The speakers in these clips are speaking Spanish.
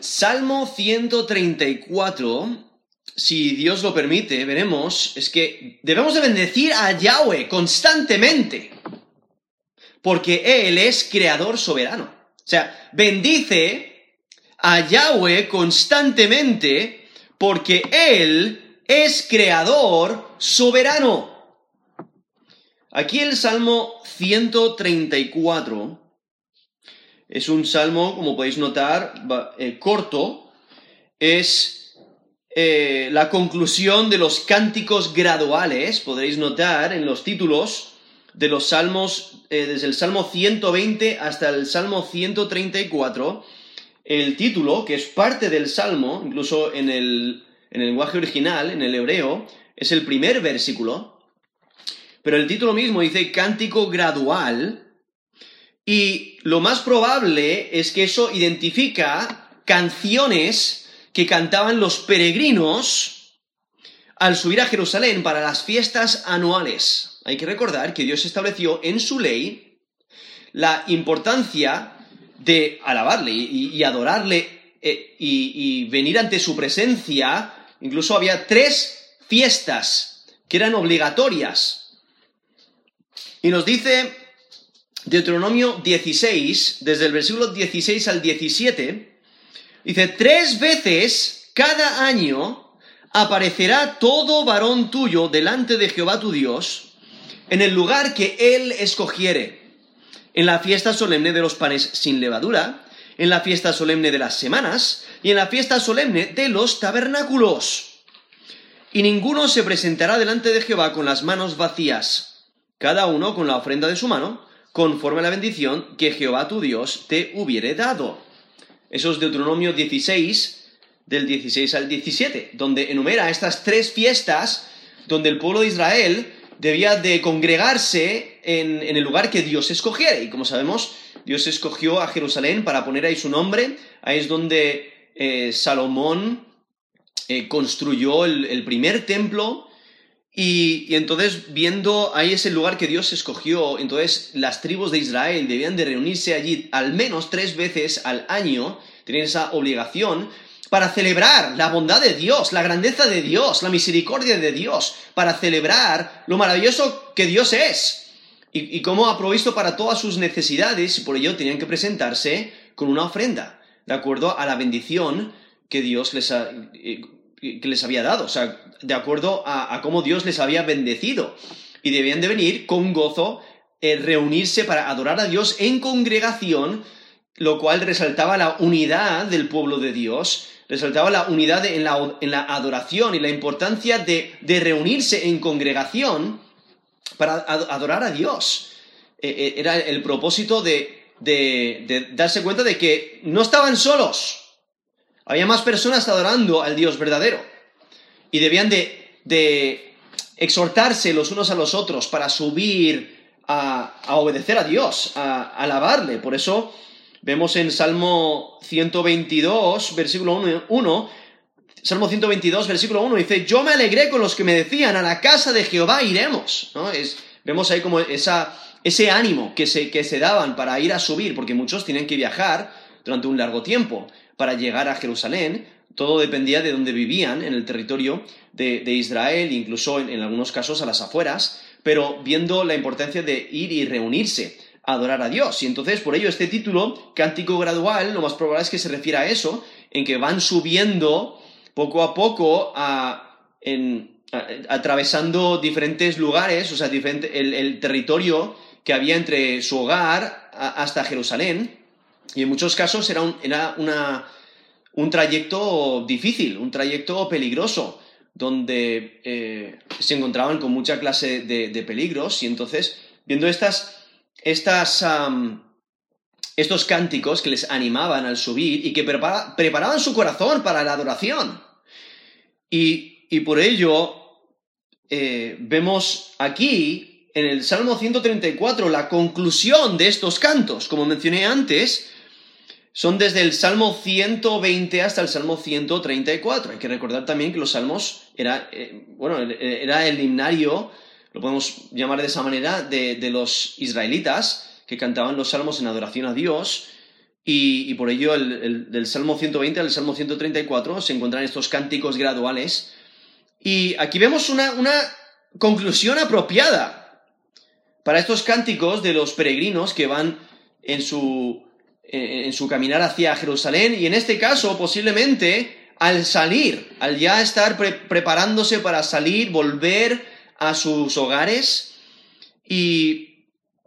Salmo 134, si Dios lo permite, veremos, es que debemos de bendecir a Yahweh constantemente, porque Él es creador soberano. O sea, bendice a Yahweh constantemente, porque Él es creador soberano. Aquí el Salmo 134 es un salmo, como podéis notar, corto. Es la conclusión de los cánticos graduales. Podréis notar en los títulos de los salmos, desde el Salmo 120 hasta el Salmo 134, el título, que es parte del salmo, incluso en el lenguaje original, en el hebreo, es el primer versículo. Pero el título mismo dice cántico gradual, y lo más probable es que eso identifica canciones que cantaban los peregrinos al subir a Jerusalén para las fiestas anuales. Hay que recordar que Dios estableció en su ley la importancia de alabarle y adorarle y venir ante su presencia. Incluso había 3 fiestas que eran obligatorias. Y nos dice Deuteronomio 16, desde el versículo 16 al 17, dice: 3 veces cada año aparecerá todo varón tuyo delante de Jehová tu Dios, en el lugar que él escogiere, en la fiesta solemne de los panes sin levadura, en la fiesta solemne de las semanas, y en la fiesta solemne de los tabernáculos. Y ninguno se presentará delante de Jehová con las manos vacías, cada uno con la ofrenda de su mano, conforme a la bendición que Jehová tu Dios te hubiere dado. Eso es Deuteronomio 16, del 16 al 17, donde enumera estas 3 fiestas donde el pueblo de Israel debía de congregarse en el lugar que Dios escogiera. Y como sabemos, Dios escogió a Jerusalén para poner ahí su nombre. Ahí es donde Salomón construyó el primer templo. Y entonces, viendo ahí ese lugar que Dios escogió, entonces las tribus de Israel debían de reunirse allí al menos 3 veces al año, tenían esa obligación, para celebrar la bondad de Dios, la grandeza de Dios, la misericordia de Dios, para celebrar lo maravilloso que Dios es, y cómo ha provisto para todas sus necesidades, y por ello tenían que presentarse con una ofrenda, de acuerdo a la bendición que Dios les había dado, o sea, de acuerdo a cómo Dios les había bendecido. Y debían de venir con gozo, reunirse para adorar a Dios en congregación, lo cual resaltaba la unidad del pueblo de Dios, resaltaba la unidad en la adoración y la importancia de reunirse en congregación para adorar a Dios. Era el propósito de darse cuenta de que no estaban solos. Había más personas adorando al Dios verdadero. Y debían de exhortarse los unos a los otros para subir a obedecer a Dios, a alabarle. Por eso vemos en Salmo 122, versículo 1, Salmo 122, versículo 1, dice: yo me alegré con los que me decían, a la casa de Jehová iremos, ¿no? Vemos ahí como ese ánimo que se daban para ir a subir, porque muchos tienen que viajar durante un largo tiempo para llegar a Jerusalén. Todo dependía de dónde vivían, en el territorio de Israel, incluso en algunos casos a las afueras, pero viendo la importancia de ir y reunirse a adorar a Dios. Y entonces, por ello, este título, Cántico Gradual, lo más probable es que se refiera a eso, en que van subiendo poco a poco, atravesando diferentes lugares, o sea, el territorio que había entre su hogar hasta Jerusalén. Y en muchos casos era un trayecto difícil, un trayecto peligroso, donde se encontraban con mucha clase de peligros. Y entonces, viendo estos cánticos que les animaban al subir y que preparaban su corazón para la adoración. Y por ello vemos aquí en el Salmo 134 la conclusión de estos cantos. Como mencioné antes, son desde el Salmo 120 hasta el Salmo 134. Hay que recordar también que los salmos era el himnario, lo podemos llamar de esa manera, de los israelitas, que cantaban los salmos en adoración a Dios. y por ello del Salmo 120 al Salmo 134 se encuentran estos cánticos graduales. Y aquí vemos una conclusión apropiada para estos cánticos de los peregrinos que van en su caminar hacia Jerusalén, y en este caso posiblemente al salir, al ya estar preparándose para salir, volver a sus hogares. Y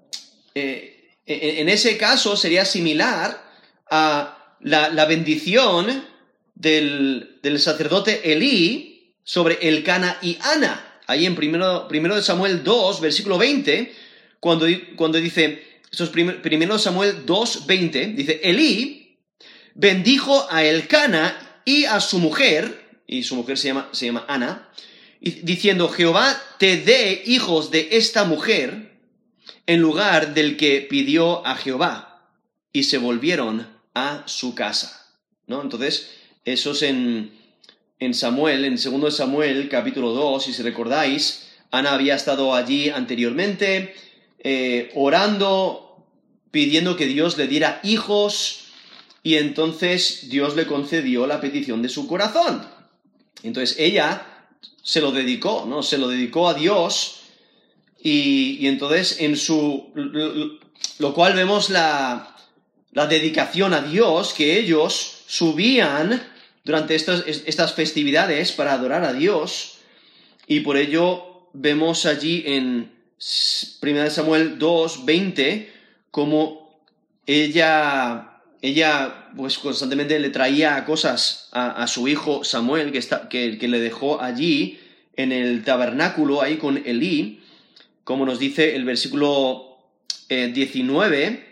en ese caso sería similar a la bendición del sacerdote Elí sobre Elcana y Ana. Ahí en primero de Samuel 2, versículo 20, cuando dice, esto es primero Samuel 2, 20, dice, Elí bendijo a Elcana y a su mujer, y su mujer se llama Ana, diciendo, Jehová te dé hijos de esta mujer en lugar del que pidió a Jehová, y se volvieron a su casa, ¿no? Entonces, eso es en Samuel, en 2 Samuel, capítulo 2, si recordáis, Ana había estado allí anteriormente, orando, pidiendo que Dios le diera hijos, y entonces Dios le concedió la petición de su corazón. Entonces ella se lo dedicó, ¿no? Se lo dedicó a Dios, y entonces lo cual vemos la dedicación a Dios, que ellos subían durante estas festividades para adorar a Dios, y por ello vemos allí en 1 Samuel 2, 20, como ella pues constantemente le traía cosas a su hijo Samuel, que le dejó allí en el tabernáculo, ahí con Elí, como nos dice el versículo 19,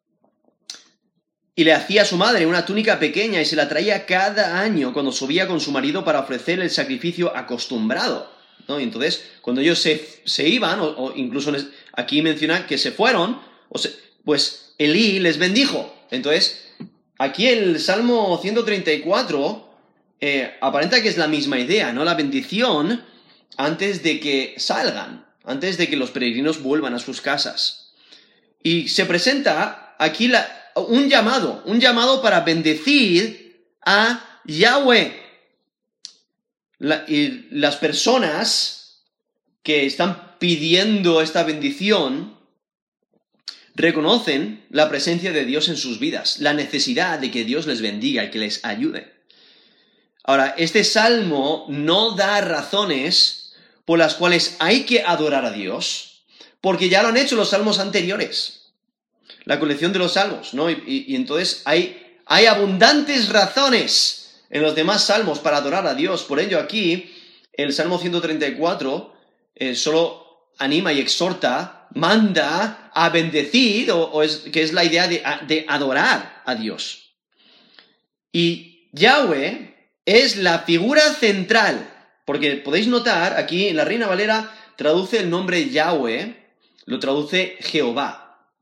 y le hacía a su madre una túnica pequeña y se la traía cada año cuando subía con su marido para ofrecer el sacrificio acostumbrado, ¿no? Y entonces, cuando ellos se iban, o incluso aquí menciona que se fueron, pues Elí les bendijo. Entonces, aquí el Salmo 134 aparenta que es la misma idea, ¿no? La bendición antes de que salgan, antes de que los peregrinos vuelvan a sus casas. Y se presenta aquí un llamado para bendecir a Yahweh. Y las personas que están pidiendo esta bendición reconocen la presencia de Dios en sus vidas, la necesidad de que Dios les bendiga y que les ayude. Ahora, este salmo no da razones por las cuales hay que adorar a Dios, porque ya lo han hecho los salmos anteriores, la colección de los salmos, ¿no? Y entonces hay abundantes razones en los demás salmos para adorar a Dios. Por ello aquí el Salmo 134 solo anima y exhorta, manda a bendecir, que es la idea de adorar a Dios. Y Yahweh es la figura central, porque podéis notar aquí en la Reina Valera traduce el nombre Yahweh, lo traduce Jehová.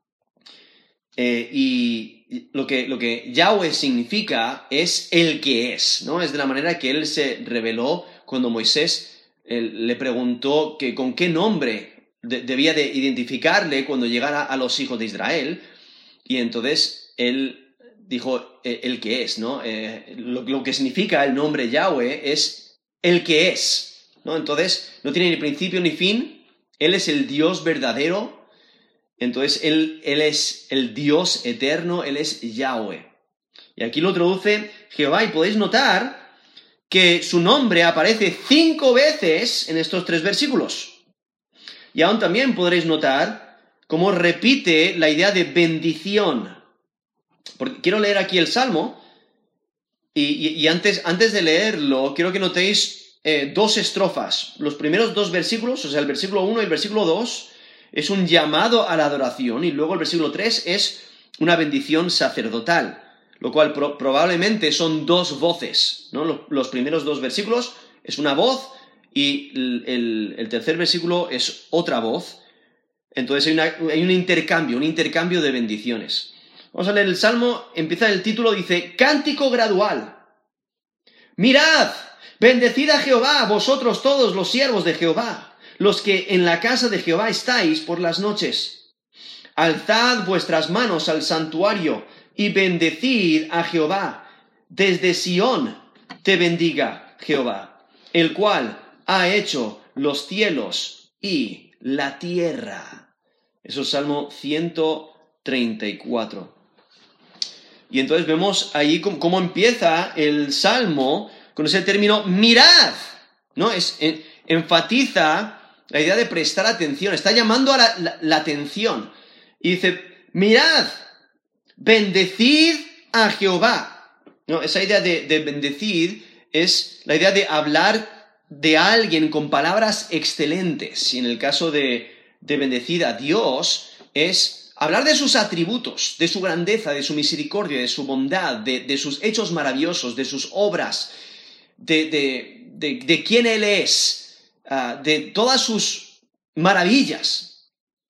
Y lo que Yahweh significa es el que es, ¿no? Es de la manera que él se reveló cuando Moisés le preguntó que con qué nombre debía de identificarle cuando llegara a los hijos de Israel, y entonces él dijo el que es, ¿no? Lo que significa el nombre Yahweh es el que es, ¿no? Entonces no tiene ni principio ni fin, él es el Dios verdadero. Entonces, él es el Dios eterno, él es Yahweh. Y aquí lo traduce Jehová, y podéis notar que su nombre aparece 5 veces en estos 3 versículos. Y aún también podréis notar cómo repite la idea de bendición. Porque quiero leer aquí el Salmo, y antes de leerlo, quiero que notéis 2 estrofas. Los primeros 2 versículos, o sea, el versículo 1 y el versículo 2, es un llamado a la adoración, y luego el versículo 3 es una bendición sacerdotal, lo cual probablemente son 2 voces, ¿no? Los primeros 2 versículos es una voz, y el tercer versículo es otra voz. Entonces hay un intercambio de bendiciones. Vamos a leer el Salmo, empieza el título, dice, Cántico gradual. Mirad, bendecid a Jehová, vosotros todos los siervos de Jehová, los que en la casa de Jehová estáis por las noches. Alzad vuestras manos al santuario, y bendecid a Jehová. Desde Sión te bendiga Jehová, el cual ha hecho los cielos y la tierra. Eso es Salmo 134. Y entonces vemos ahí cómo empieza el Salmo con ese término mirad, ¿no? Enfatiza la idea de prestar atención, está llamando a la atención. Y dice, mirad, bendecid a Jehová. ¿No? Esa idea de bendecid es la idea de hablar de alguien con palabras excelentes. Y en el caso de bendecid a Dios es hablar de sus atributos, de su grandeza, de su misericordia, de su bondad, de sus hechos maravillosos, de sus obras, de quién Él es, de todas sus maravillas.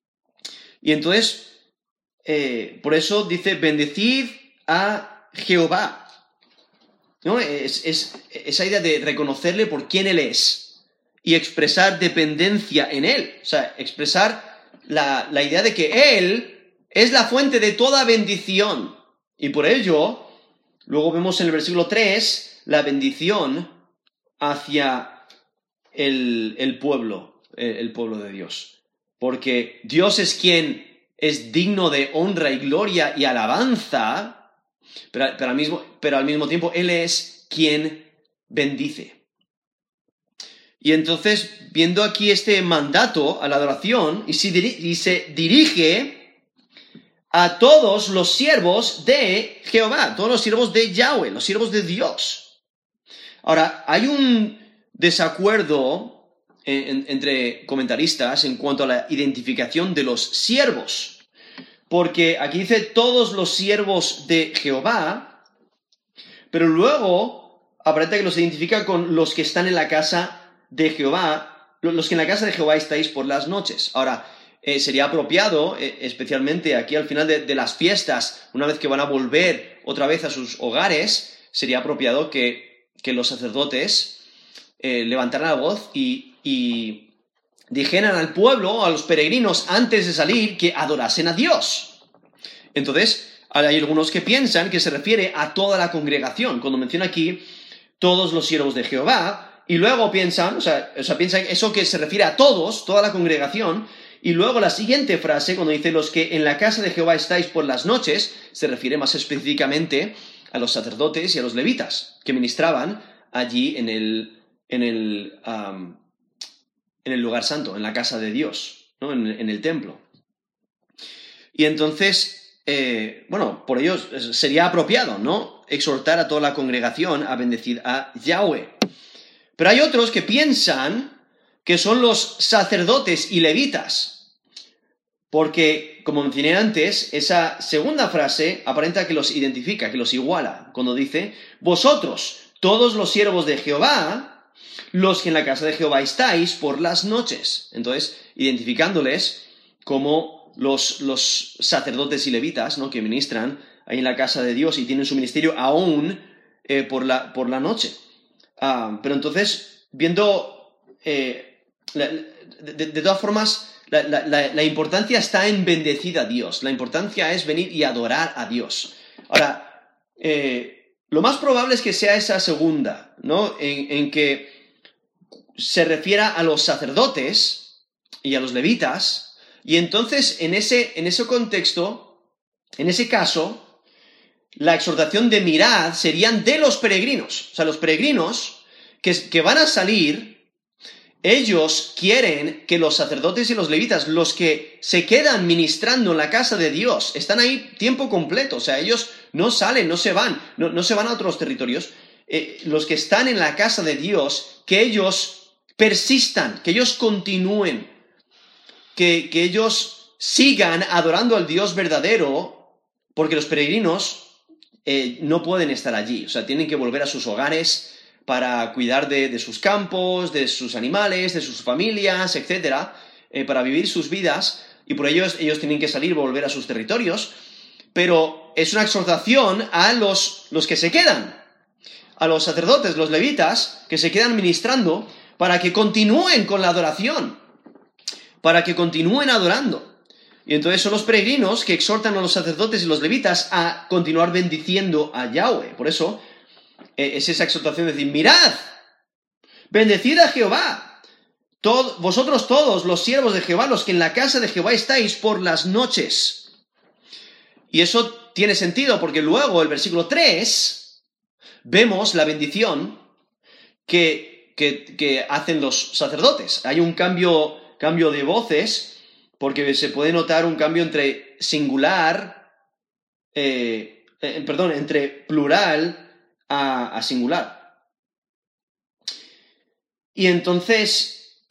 Y entonces, por eso dice, bendecid a Jehová. ¿No? Es esa idea de reconocerle por quién Él es y expresar dependencia en Él. O sea, expresar la idea de que Él es la fuente de toda bendición. Y por ello, luego vemos en el versículo 3 la bendición hacia el pueblo de Dios. Porque Dios es quien es digno de honra y gloria y alabanza, pero al mismo tiempo Él es quien bendice. Y entonces, viendo aquí este mandato a la adoración, y se dirige a todos los siervos de Jehová, todos los siervos de Yahweh, los siervos de Dios. Ahora, hay un desacuerdo entre comentaristas en cuanto a la identificación de los siervos. Porque aquí dice todos los siervos de Jehová, pero luego aparenta que los identifica con los que están en la casa de Jehová, los que en la casa de Jehová estáis por las noches. Ahora, sería apropiado, especialmente aquí al final de las fiestas, una vez que van a volver otra vez a sus hogares, sería apropiado que los sacerdotes levantaran la voz y dijeran al pueblo, a los peregrinos, antes de salir, que adorasen a Dios. Entonces, hay algunos que piensan que se refiere a toda la congregación, cuando menciona aquí todos los siervos de Jehová, y luego piensan eso que se refiere a todos, toda la congregación, y luego la siguiente frase, cuando dice los que en la casa de Jehová estáis por las noches, se refiere más específicamente a los sacerdotes y a los levitas, que ministraban allí en el lugar santo, en la casa de Dios, ¿no? en el templo. Y entonces, por ello sería apropiado, ¿no? Exhortar a toda la congregación a bendecir a Yahweh. Pero hay otros que piensan que son los sacerdotes y levitas, porque, como mencioné antes, esa segunda frase aparenta que los identifica, que los iguala, cuando dice, vosotros, todos los siervos de Jehová, los que en la casa de Jehová estáis por las noches. Entonces, identificándoles como los sacerdotes y levitas, ¿no? Que ministran ahí en la casa de Dios y tienen su ministerio aún por la noche. Pero entonces, viendo, de todas formas, la importancia está en bendecir a Dios. La importancia es venir y adorar a Dios. Ahora, lo más probable es que sea esa segunda, ¿no? En que se refiera a los sacerdotes y a los levitas, y entonces en ese contexto, en ese caso, la exhortación de mirad serían de los peregrinos. O sea, los peregrinos que van a salir, ellos quieren que los sacerdotes y los levitas, los que se quedan ministrando en la casa de Dios, están ahí tiempo completo. O sea, ellos no salen, no se van a otros territorios. Los que están en la casa de Dios, que ellos persistan, que ellos continúen, que ellos sigan adorando al Dios verdadero, porque los peregrinos no pueden estar allí. O sea, tienen que volver a sus hogares para cuidar de sus campos, de sus animales, de sus familias, etcétera, para vivir sus vidas, y por ello ellos tienen que salir, volver a sus territorios. Pero es una exhortación a los que se quedan, a los sacerdotes, los levitas, que se quedan ministrando, para que continúen con la adoración, para que continúen adorando. Y entonces son los peregrinos que exhortan a los sacerdotes y los levitas a continuar bendiciendo a Yahweh. Por eso es esa exhortación de decir, mirad, bendecid a Jehová, vosotros todos los siervos de Jehová, los que en la casa de Jehová estáis por las noches. Y eso tiene sentido porque luego, el versículo 3, vemos la bendición que hacen los sacerdotes. Hay un cambio de voces, porque se puede notar un cambio entre entre plural a singular. Y entonces,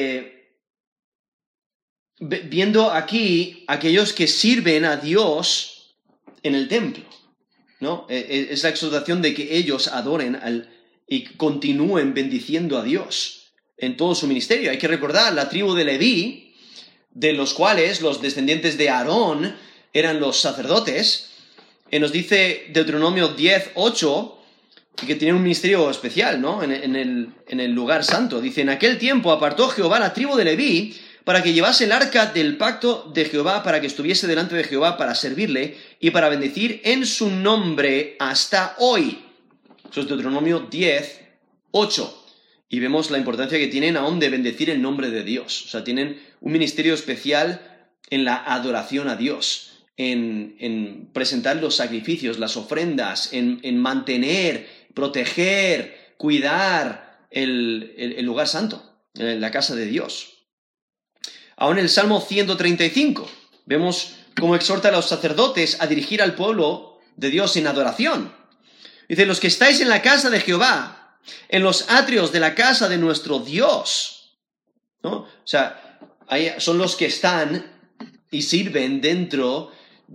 viendo aquí aquellos que sirven a Dios en el templo, ¿no? Es la exhortación de que ellos adoren y continúen bendiciendo a Dios en todo su ministerio. Hay que recordar la tribu de Leví, de los cuales los descendientes de Aarón eran los sacerdotes. Nos dice Deuteronomio 10:8 que tenían un ministerio especial, ¿no? En el lugar santo. Dice, en aquel tiempo apartó Jehová la tribu de Leví para que llevase el arca del pacto de Jehová, para que estuviese delante de Jehová para servirle y para bendecir en su nombre hasta hoy. Eso es Deuteronomio 10:8. Y vemos la importancia que tienen aún de bendecir el nombre de Dios. O sea, tienen un ministerio especial en la adoración a Dios, en presentar los sacrificios, las ofrendas, en mantener, proteger, cuidar el lugar santo, la casa de Dios. Aún en el Salmo 135 vemos cómo exhorta a los sacerdotes a dirigir al pueblo de Dios en adoración. Dice, los que estáis en la casa de Jehová, en los atrios de la casa de nuestro Dios, ¿no? O sea, son los que están y sirven dentro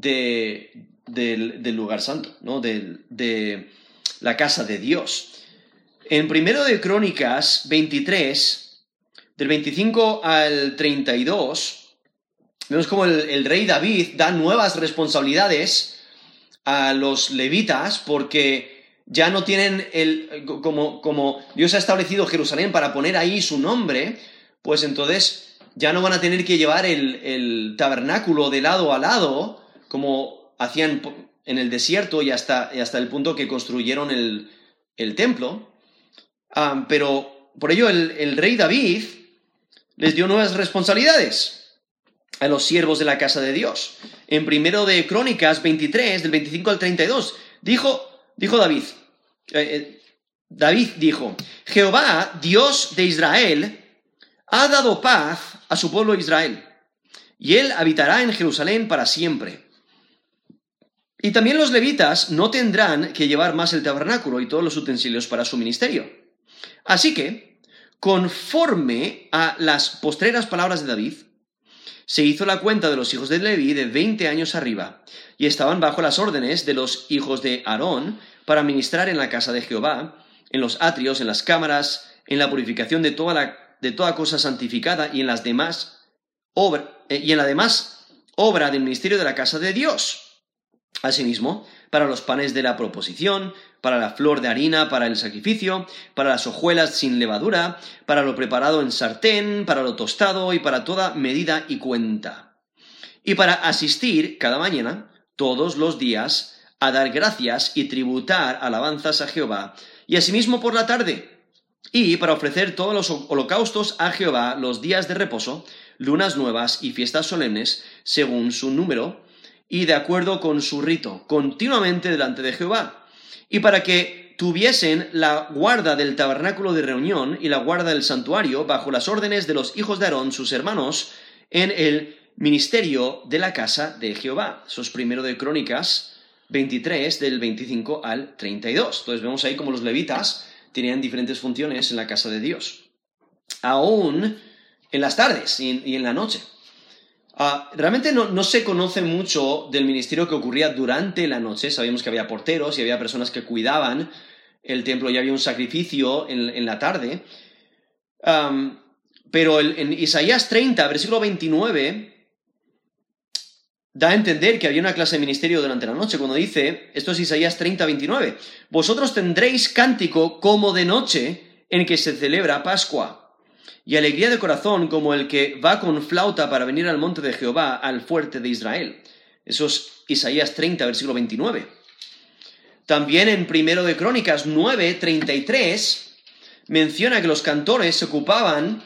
del lugar santo, ¿no? De la casa de Dios. En 1 de Crónicas 23, del 25 al 32, vemos como el rey David da nuevas responsabilidades a los levitas porque ya no tienen como Dios ha establecido Jerusalén para poner ahí su nombre, pues entonces ya no van a tener que llevar el tabernáculo de lado a lado, como hacían en el desierto y hasta el punto que construyeron el templo. Pero por ello el rey David les dio nuevas responsabilidades a los siervos de la casa de Dios. En 1 de Crónicas 23, del 25 al 32, dijo David, dijo, Jehová, Dios de Israel, ha dado paz a su pueblo Israel, y él habitará en Jerusalén para siempre. Y también los levitas no tendrán que llevar más el tabernáculo y todos los utensilios para su ministerio. Así que, conforme a las postreras palabras de David, se hizo la cuenta de los hijos de Leví de 20 años arriba, y estaban bajo las órdenes de los hijos de Aarón para ministrar en la casa de Jehová, en los atrios, en las cámaras, en la purificación de toda cosa santificada y en la demás obra del ministerio de la casa de Dios. Asimismo, para los panes de la proposición, para la flor de harina, para el sacrificio, para las hojuelas sin levadura, para lo preparado en sartén, para lo tostado y para toda medida y cuenta. Y para asistir cada mañana, todos los días, a dar gracias y tributar alabanzas a Jehová, y asimismo por la tarde, y para ofrecer todos los holocaustos a Jehová los días de reposo, lunas nuevas y fiestas solemnes, según su número, y de acuerdo con su rito, continuamente delante de Jehová, y para que tuviesen la guarda del tabernáculo de reunión y la guarda del santuario bajo las órdenes de los hijos de Aarón, sus hermanos, en el ministerio de la casa de Jehová. Eso es 1 de Crónicas 23, del 25 al 32. Entonces vemos ahí como los levitas tenían diferentes funciones en la casa de Dios. Aún en las tardes y en la noche. Realmente no se conoce mucho del ministerio que ocurría durante la noche. Sabíamos que había porteros y había personas que cuidaban el templo y había un sacrificio en la tarde. Pero en Isaías 30, versículo 29, da a entender que había una clase de ministerio durante la noche, cuando dice, esto es Isaías 30, 29, vosotros tendréis cántico como de noche en que se celebra Pascua. y alegría de corazón como el que va con flauta para venir al monte de Jehová, al fuerte de Israel. Eso es Isaías 30, versículo 29. También en 1 de Crónicas 9, 33, menciona que los cantores se ocupaban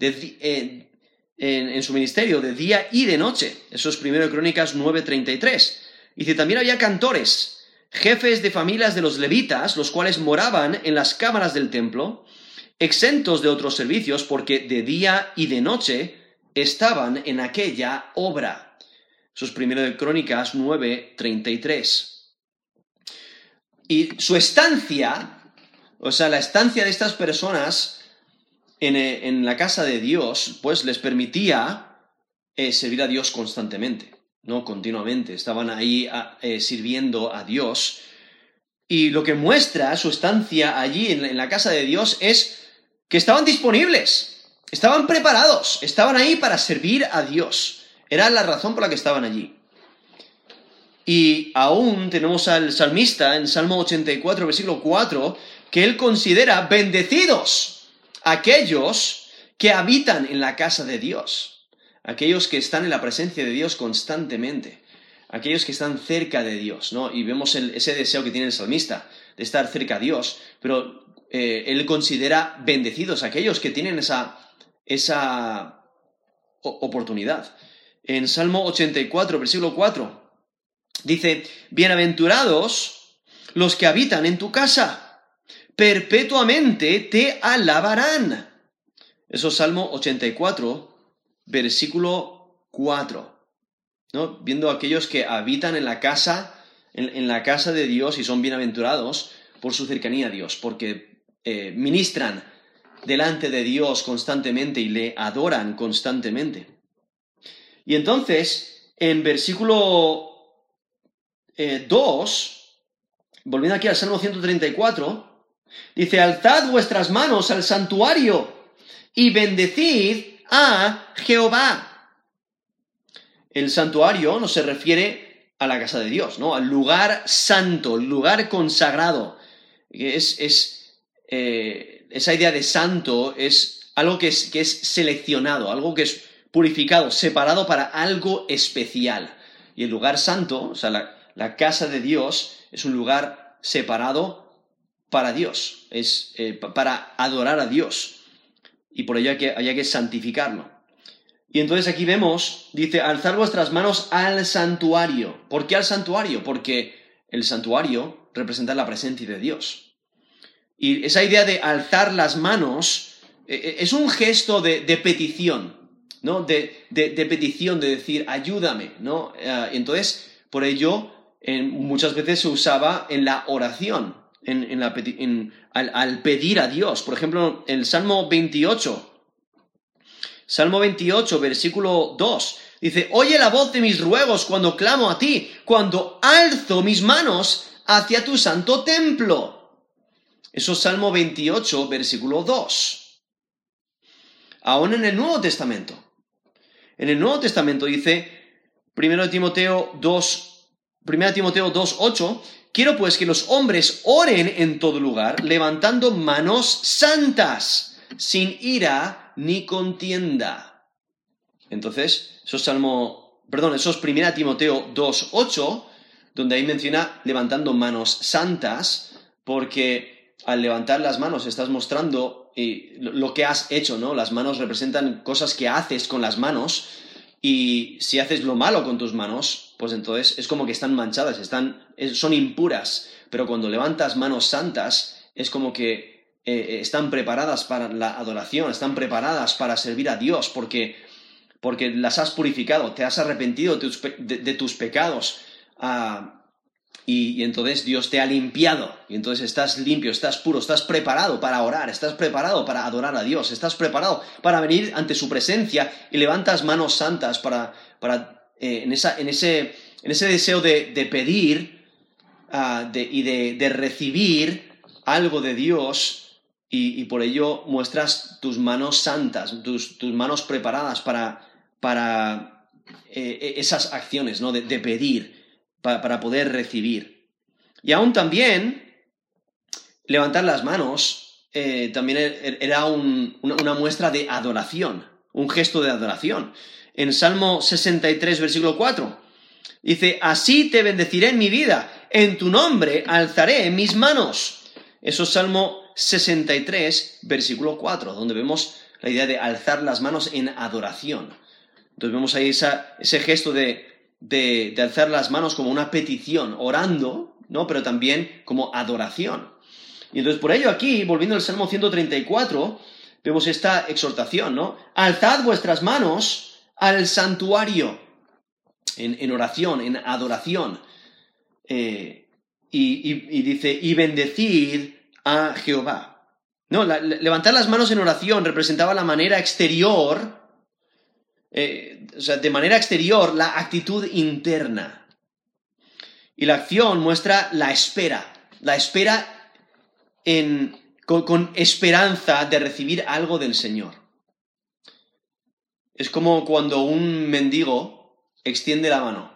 en su ministerio de día y de noche. Eso es 1 de Crónicas 9, 33. Dice, también había cantores, jefes de familias de los levitas, los cuales moraban en las cámaras del templo, exentos de otros servicios, porque de día y de noche estaban en aquella obra. Eso es 1 de Crónicas 9, 33. Y su estancia, o sea, la estancia de estas personas en la casa de Dios, pues les permitía servir a Dios constantemente, ¿no? Continuamente. Estaban ahí sirviendo a Dios. Y lo que muestra su estancia allí en la casa de Dios es que estaban disponibles, estaban preparados, estaban ahí para servir a Dios. Era la razón por la que estaban allí. Y aún tenemos al salmista en Salmo 84, versículo 4, que él considera bendecidos aquellos que habitan en la casa de Dios, aquellos que están en la presencia de Dios constantemente, aquellos que están cerca de Dios, ¿no? Y vemos ese deseo que tiene el salmista de estar cerca de Dios, pero él considera bendecidos aquellos que tienen esa oportunidad. En Salmo 84, versículo 4, dice, bienaventurados los que habitan en tu casa, perpetuamente te alabarán. Eso es Salmo 84, versículo 4. ¿No? Viendo a aquellos que habitan en la casa de Dios y son bienaventurados por su cercanía a Dios, porque ministran delante de Dios constantemente y le adoran constantemente. Y entonces, en versículo 2, volviendo aquí al Salmo 134, dice, alzad vuestras manos al santuario y bendecid a Jehová. El santuario no se refiere a la casa de Dios, ¿no? Al lugar santo, el lugar consagrado. Esa idea de santo es algo que es seleccionado, algo que es purificado, separado para algo especial. Y el lugar santo, o sea, la casa de Dios, es un lugar separado para Dios, es para adorar a Dios. Y por ello hay que santificarlo. Y entonces aquí vemos, dice, alzar vuestras manos al santuario. ¿Por qué al santuario? Porque el santuario representa la presencia de Dios. Y esa idea de alzar las manos es un gesto de petición, ¿no? De petición, de decir, ayúdame, ¿no? Entonces, por ello, muchas veces se usaba en la oración, al pedir a Dios. Por ejemplo, el Salmo 28, versículo 2, dice, oye la voz de mis ruegos cuando clamo a ti, cuando alzo mis manos hacia tu santo templo. Eso es Salmo 28, versículo 2. Aún en el Nuevo Testamento. En el Nuevo Testamento dice, 1 Timoteo 2:8, quiero pues que los hombres oren en todo lugar, levantando manos santas, sin ira ni contienda. Entonces, eso es 1 Timoteo 2:8, donde ahí menciona levantando manos santas, porque al levantar las manos estás mostrando lo que has hecho, ¿no? Las manos representan cosas que haces con las manos, y si haces lo malo con tus manos, pues entonces es como que están manchadas, son impuras. Pero cuando levantas manos santas, es como que están preparadas para la adoración, están preparadas para servir a Dios, porque las has purificado, te has arrepentido de tus pecados, y entonces Dios te ha limpiado, y entonces estás limpio, estás puro, estás preparado para orar, estás preparado para adorar a Dios, estás preparado para venir ante su presencia, y levantas manos santas en ese deseo de pedir y de recibir algo de Dios, y por ello muestras tus manos santas, tus manos preparadas para esas acciones, ¿no? de pedir, para poder recibir. Y aún también levantar las manos también era una muestra de adoración, un gesto de adoración. En Salmo 63, versículo 4, dice, así te bendeciré en mi vida, en tu nombre alzaré mis manos. Eso es Salmo 63, versículo 4, donde vemos la idea de alzar las manos en adoración. Entonces vemos ahí ese gesto de alzar las manos como una petición, orando, ¿no? Pero también como adoración. Y entonces por ello aquí, volviendo al Salmo 134, vemos esta exhortación, ¿no? Alzad vuestras manos al santuario, en oración, en adoración. Y dice, y bendecid a Jehová. No, levantar las manos en oración representaba la manera exterior, de manera exterior, la actitud interna. Y la acción muestra la espera con esperanza de recibir algo del Señor. Es como cuando un mendigo extiende la mano.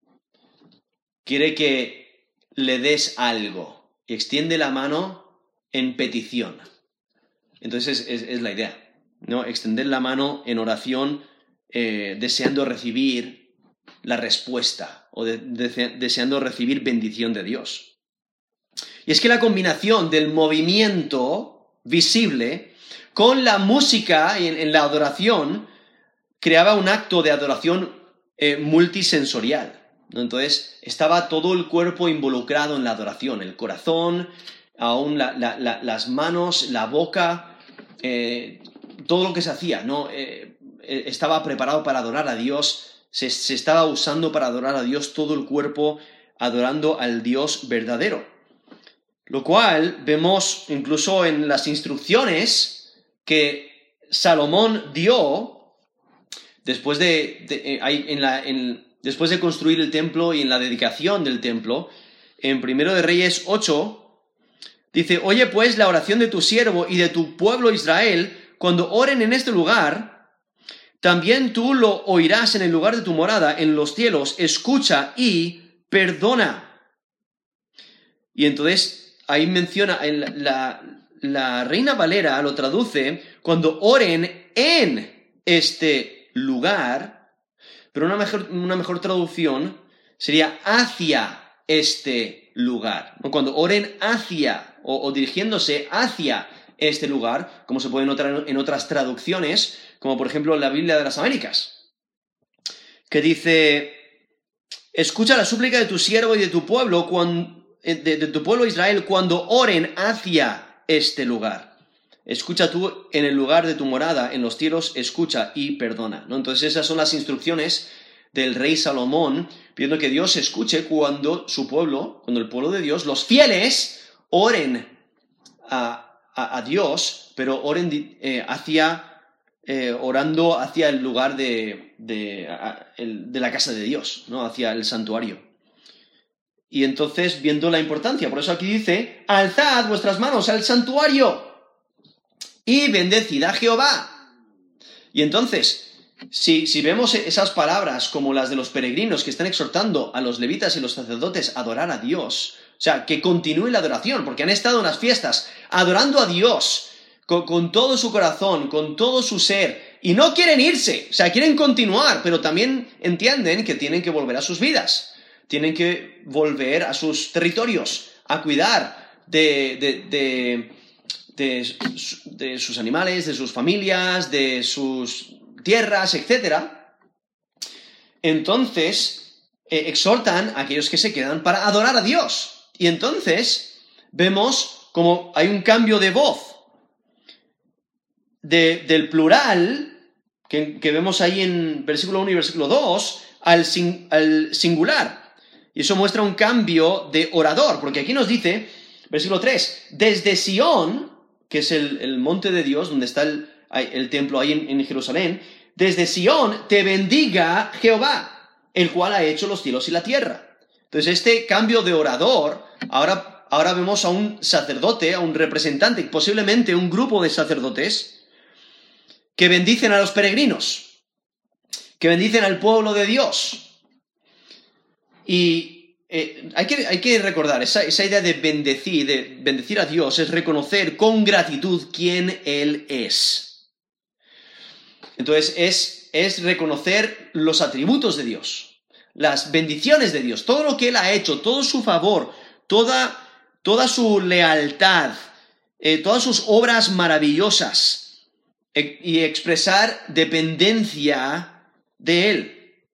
Quiere que le des algo. Y extiende la mano en petición. Entonces es la idea, ¿no? Extender la mano en oración, deseando recibir la respuesta o deseando recibir bendición de Dios. Y es que la combinación del movimiento visible con la música en la adoración creaba un acto de adoración multisensorial, ¿no? Entonces estaba todo el cuerpo involucrado en la adoración, el corazón, aún las manos, la boca, todo lo que se hacía, ¿no? Estaba preparado para adorar a Dios, se estaba usando para adorar a Dios todo el cuerpo, adorando al Dios verdadero. Lo cual vemos incluso en las instrucciones que Salomón dio después después de construir el templo y en la dedicación del templo. En 1 de Reyes 8 dice, oye pues la oración de tu siervo y de tu pueblo Israel, cuando oren en este lugar, también tú lo oirás en el lugar de tu morada, en los cielos, escucha y perdona. Y entonces ahí menciona, la Reina Valera lo traduce, cuando oren en este lugar, pero una mejor traducción sería hacia este lugar, ¿no? Cuando oren hacia o dirigiéndose hacia este lugar, como se puede notar en otras traducciones, como por ejemplo la Biblia de las Américas, que dice, escucha la súplica de tu siervo y de tu pueblo de tu pueblo Israel cuando oren hacia este lugar. Escucha tú en el lugar de tu morada, en los cielos, escucha y perdona, ¿no? Entonces esas son las instrucciones del rey Salomón, pidiendo que Dios escuche cuando el pueblo de Dios, los fieles, oren a Dios, pero oren orando hacia el lugar de la casa de Dios, ¿no? Hacia el santuario. Y entonces, viendo la importancia, por eso aquí dice, alzad vuestras manos al santuario y bendecid a Jehová. Y entonces, si vemos esas palabras como las de los peregrinos que están exhortando a los levitas y los sacerdotes a adorar a Dios, o sea, que continúe la adoración, porque han estado en las fiestas adorando a Dios con todo su corazón, con todo su ser, y no quieren irse, o sea, quieren continuar, pero también entienden que tienen que volver a sus vidas. Tienen que volver a sus territorios, a cuidar de sus animales, de sus familias, de sus tierras, etc. Entonces, exhortan a aquellos que se quedan para adorar a Dios. Y entonces vemos como hay un cambio de voz del plural que vemos ahí en versículo 1 y versículo 2 al singular. Y eso muestra un cambio de orador, porque aquí nos dice, versículo 3, desde Sión, que es el monte de Dios, donde está el templo ahí en Jerusalén, desde Sión te bendiga Jehová, el cual ha hecho los cielos y la tierra. Entonces este cambio de orador, ahora vemos a un sacerdote, a un representante, posiblemente un grupo de sacerdotes, que bendicen a los peregrinos, que bendicen al pueblo de Dios. Y hay que recordar, esa idea de bendecir a Dios, es reconocer con gratitud quién Él es. Entonces, es reconocer los atributos de Dios, las bendiciones de Dios, todo lo que Él ha hecho, todo su favor, toda su lealtad, todas sus obras maravillosas, y expresar dependencia de Él.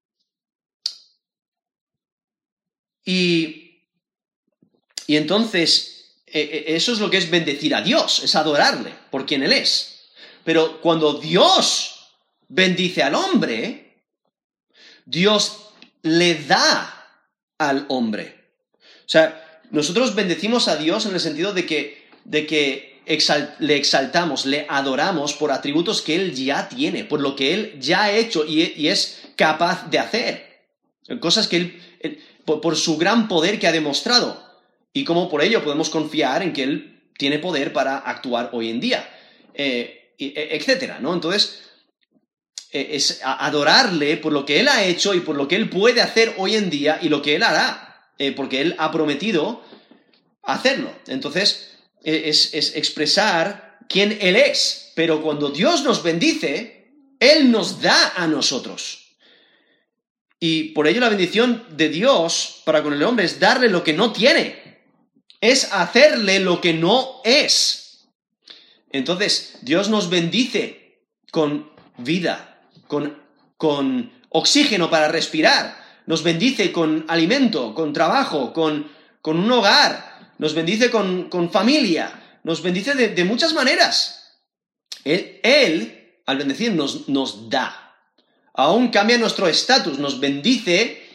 Y entonces, eso es lo que es bendecir a Dios, es adorarle por quien Él es. Pero cuando Dios bendice al hombre, Dios le da al hombre. O sea, nosotros bendecimos a Dios en el sentido de que le exaltamos, le adoramos por atributos que Él ya tiene, por lo que Él ya ha hecho y es capaz de hacer. Cosas que Él por su gran poder que ha demostrado, y cómo por ello podemos confiar en que Él tiene poder para actuar hoy en día, etcétera, ¿no? Entonces, es adorarle por lo que Él ha hecho y por lo que Él puede hacer hoy en día y lo que Él hará, porque Él ha prometido hacerlo. Entonces, es expresar quién Él es, pero cuando Dios nos bendice, Él nos da a nosotros. Y por ello la bendición de Dios para con el hombre es darle lo que no tiene. Es hacerle lo que no es. Entonces, Dios nos bendice con vida, con oxígeno para respirar. Nos bendice con alimento, con trabajo, con un hogar. Nos bendice con familia. Nos bendice de muchas maneras. Él al bendecir, nos da. Aún cambia nuestro estatus, nos bendice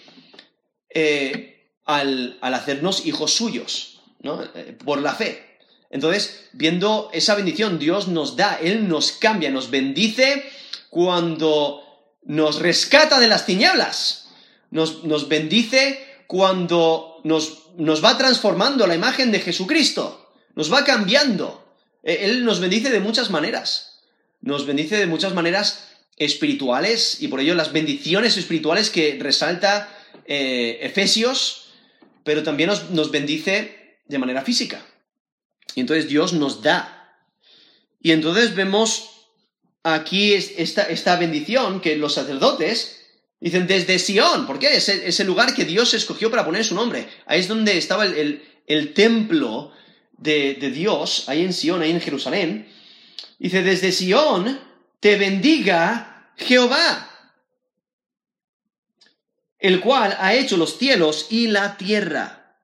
al hacernos hijos suyos, ¿no? Por la fe. Entonces, viendo esa bendición, Dios nos da, Él nos cambia, nos bendice cuando nos rescata de las tinieblas, nos bendice cuando nos va transformando a la imagen de Jesucristo, nos va cambiando. Él nos bendice de muchas maneras, nos bendice de muchas maneras espirituales, y por ello las bendiciones espirituales que resalta Efesios, pero también nos bendice de manera física. Y entonces Dios nos da. Y entonces vemos aquí esta bendición que los sacerdotes dicen desde Sión. ¿Por qué? Es el lugar que Dios escogió para poner su nombre. Ahí es donde estaba el templo de Dios, ahí en Sión, ahí en Jerusalén. Dice, desde Sión te bendiga Jehová, el cual ha hecho los cielos y la tierra.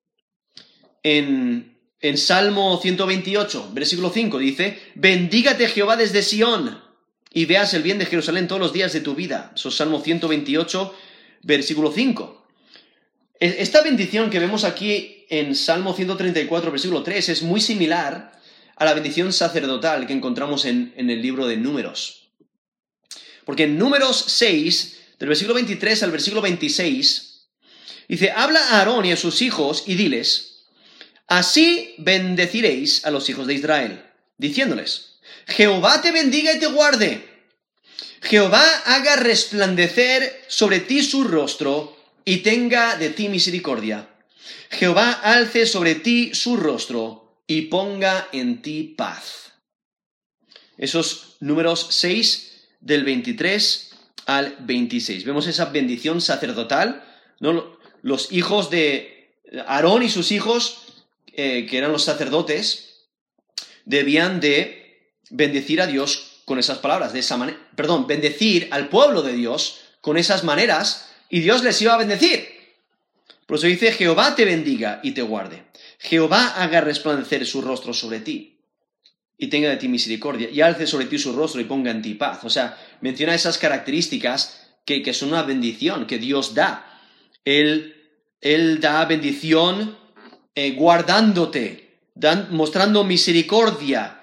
En Salmo 128, versículo 5, dice, bendígate Jehová desde Sión, y veas el bien de Jerusalén todos los días de tu vida. Eso es Salmo 128, versículo 5. Esta bendición que vemos aquí en Salmo 134, versículo 3, es muy similar a la bendición sacerdotal que encontramos en el libro de Números. Porque en Números 6, del versículo 23 al versículo 26, dice, habla a Aarón y a sus hijos y diles, así bendeciréis a los hijos de Israel, diciéndoles, Jehová te bendiga y te guarde. Jehová haga resplandecer sobre ti su rostro y tenga de ti misericordia. Jehová alce sobre ti su rostro y ponga en ti paz. Esos Números 6, del 23 al 26. Vemos esa bendición sacerdotal, ¿no? Los hijos de Aarón y sus hijos, que eran los sacerdotes, debían de bendecir a Dios con esas palabras, bendecir al pueblo de Dios con esas maneras, y Dios les iba a bendecir. Por eso dice, Jehová te bendiga y te guarde. Jehová haga resplandecer su rostro sobre ti y tenga de ti misericordia, y alce sobre ti su rostro y ponga en ti paz. O sea, menciona esas características que son una bendición que Dios da. Él da bendición guardándote, mostrando misericordia,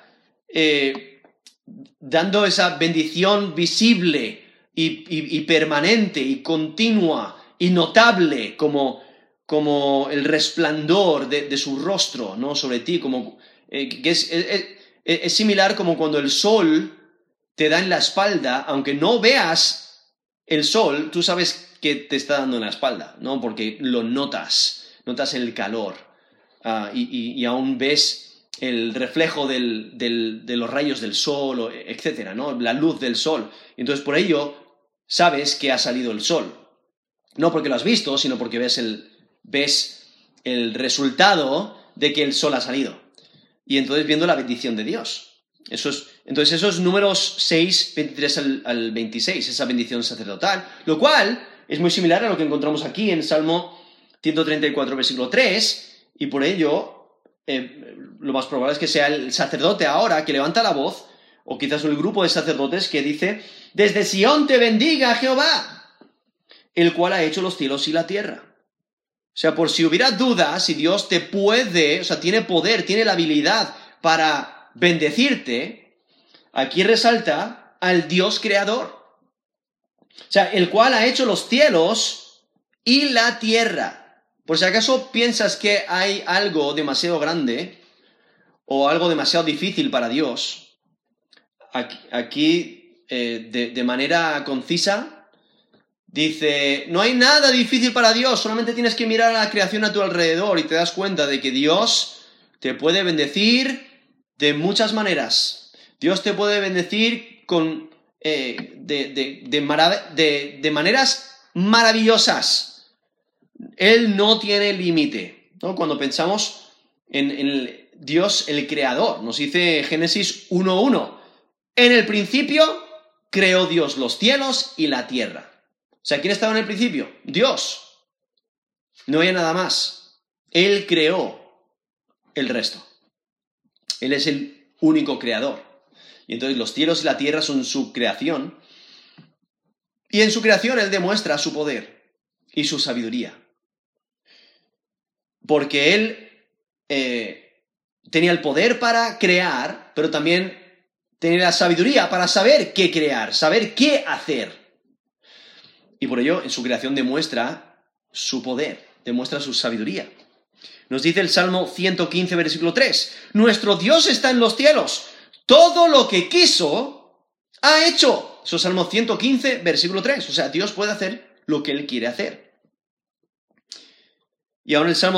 dando esa bendición visible y permanente y continua y notable como el resplandor de su rostro, ¿no? Sobre ti, que es similar como cuando el sol te da en la espalda, aunque no veas el sol, tú sabes que te está dando en la espalda, ¿no? Porque lo notas el calor y aún ves el reflejo de los rayos del sol, etcétera, ¿no? La luz del sol. Entonces, por ello, sabes que ha salido el sol. No porque lo has visto, sino porque ves el resultado de que el sol ha salido. Y entonces viendo la bendición de Dios. Entonces esos números 6, 23 al 26, esa bendición sacerdotal, lo cual es muy similar a lo que encontramos aquí en Salmo 134, versículo 3, y por ello lo más probable es que sea el sacerdote ahora que levanta la voz, o quizás el grupo de sacerdotes que dice: «Desde Sión te bendiga Jehová, el cual ha hecho los cielos y la tierra». O sea, por si hubiera dudas, si Dios te puede, o sea, tiene poder, tiene la habilidad para bendecirte, aquí resalta al Dios creador. O sea, el cual ha hecho los cielos y la tierra. Por si acaso piensas que hay algo demasiado grande o algo demasiado difícil para Dios, aquí de manera concisa, dice: no hay nada difícil para Dios, solamente tienes que mirar a la creación a tu alrededor y te das cuenta de que Dios te puede bendecir de muchas maneras. Dios te puede bendecir de maneras maravillosas. Él no tiene límite, ¿no? Cuando pensamos en Dios, el creador, nos dice Génesis 1:1: en el principio creó Dios los cielos y la tierra. O sea, ¿quién estaba en el principio? Dios. No había nada más. Él creó el resto. Él es el único creador. Y entonces los cielos y la tierra son su creación. Y en su creación Él demuestra su poder y su sabiduría. Porque Él tenía el poder para crear, pero también tenía la sabiduría para saber qué crear, saber qué hacer. Y por ello, en su creación demuestra su poder, demuestra su sabiduría. Nos dice el Salmo 115, versículo 3: nuestro Dios está en los cielos, todo lo que quiso ha hecho. Eso es Salmo 115, versículo 3. O sea, Dios puede hacer lo que Él quiere hacer. Y ahora el Salmo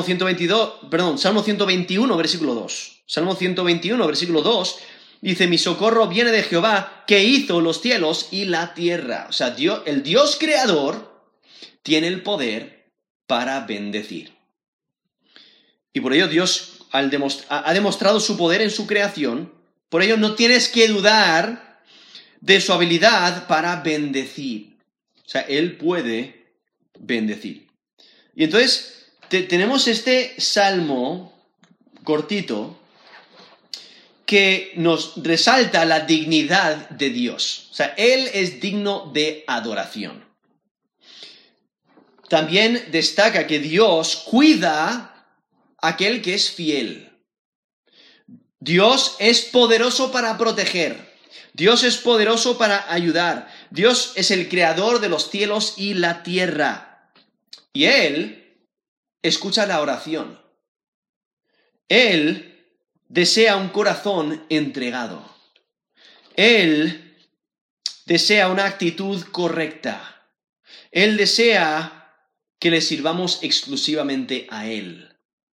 121, versículo 2. Salmo 121, versículo 2, dice: mi socorro viene de Jehová, que hizo los cielos y la tierra. O sea, el Dios creador tiene el poder para bendecir. Y por ello Dios ha demostrado su poder en su creación. Por ello no tienes que dudar de su habilidad para bendecir. O sea, Él puede bendecir. Y entonces tenemos este salmo cortito que nos resalta la dignidad de Dios. O sea, Él es digno de adoración. También destaca que Dios cuida a aquel que es fiel. Dios es poderoso para proteger. Dios es poderoso para ayudar. Dios es el creador de los cielos y la tierra. Y Él escucha la oración. Él desea un corazón entregado. Él desea una actitud correcta. Él desea que le sirvamos exclusivamente a Él.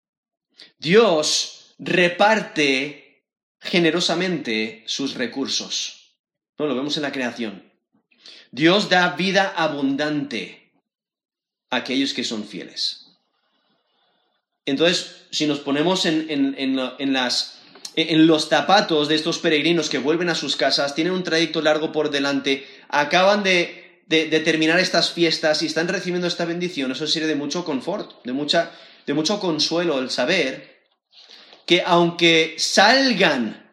Dios reparte generosamente sus recursos. ¿No? Lo vemos en la creación. Dios da vida abundante a aquellos que son fieles. Entonces, si nos ponemos en los zapatos de estos peregrinos que vuelven a sus casas, tienen un trayecto largo por delante, acaban de terminar estas fiestas y están recibiendo esta bendición, eso sirve de mucho confort, de mucho consuelo el saber que aunque salgan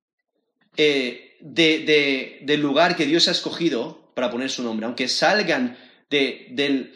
del lugar que Dios ha escogido para poner su nombre, aunque salgan de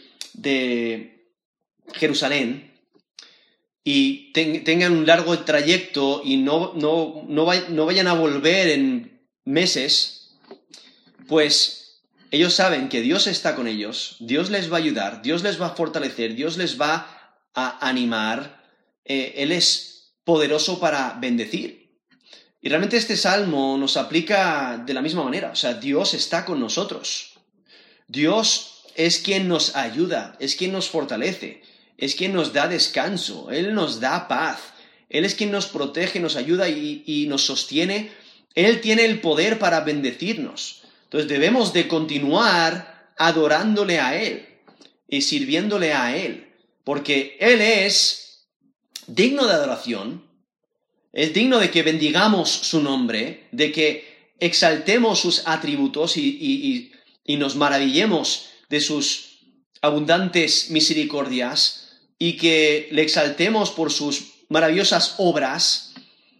Jerusalén, y tengan un largo trayecto y no vayan a volver en meses, pues ellos saben que Dios está con ellos, Dios les va a ayudar, Dios les va a fortalecer, Dios les va a animar, Él es poderoso para bendecir. Y realmente este salmo nos aplica de la misma manera, o sea, Dios está con nosotros. Dios es quien nos ayuda, es quien nos fortalece, es quien nos da descanso, Él nos da paz, Él es quien nos protege, nos ayuda y nos sostiene. Él tiene el poder para bendecirnos. Entonces debemos de continuar adorándole a Él y sirviéndole a Él, porque Él es digno de adoración, es digno de que bendigamos su nombre, de que exaltemos sus atributos y nos maravillemos de sus abundantes misericordias y que le exaltemos por sus maravillosas obras.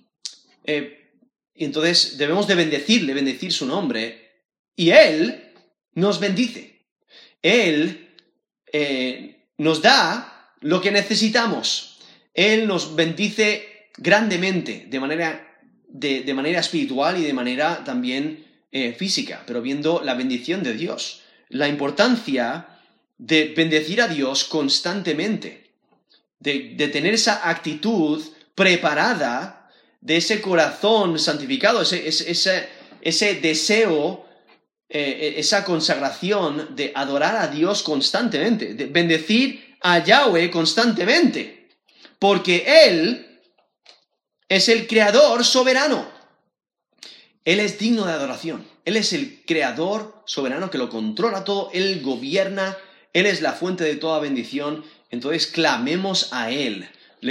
Entonces debemos de bendecir su nombre, y Él nos bendice. Él nos da lo que necesitamos. Él nos bendice grandemente de manera espiritual y de manera también física, pero viendo la bendición de Dios. La importancia de bendecir a Dios constantemente, de tener esa actitud preparada, de ese corazón santificado, ese deseo, esa consagración de adorar a Dios constantemente, de bendecir a Yahweh constantemente, porque Él es el creador soberano. Él es digno de adoración. Él es el creador soberano que lo controla todo. Él gobierna. Él es la fuente de toda bendición. Entonces clamemos a Él.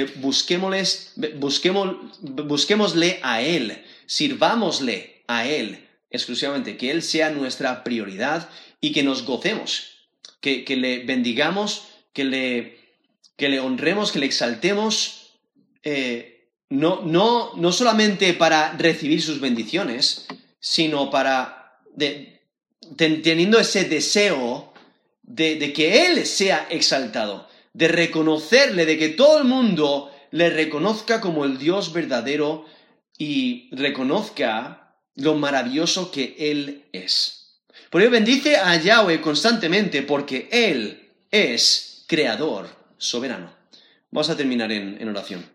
Busquémosle a Él. Sirvámosle a Él exclusivamente. Que Él sea nuestra prioridad y que nos gocemos. Que le bendigamos, que le honremos, que le exaltemos. No solamente para recibir sus bendiciones, sino teniendo ese deseo de que Él sea exaltado, de reconocerle, de que todo el mundo le reconozca como el Dios verdadero y reconozca lo maravilloso que Él es. Por ello bendice a Yahweh constantemente, porque Él es creador soberano. Vamos a terminar en oración.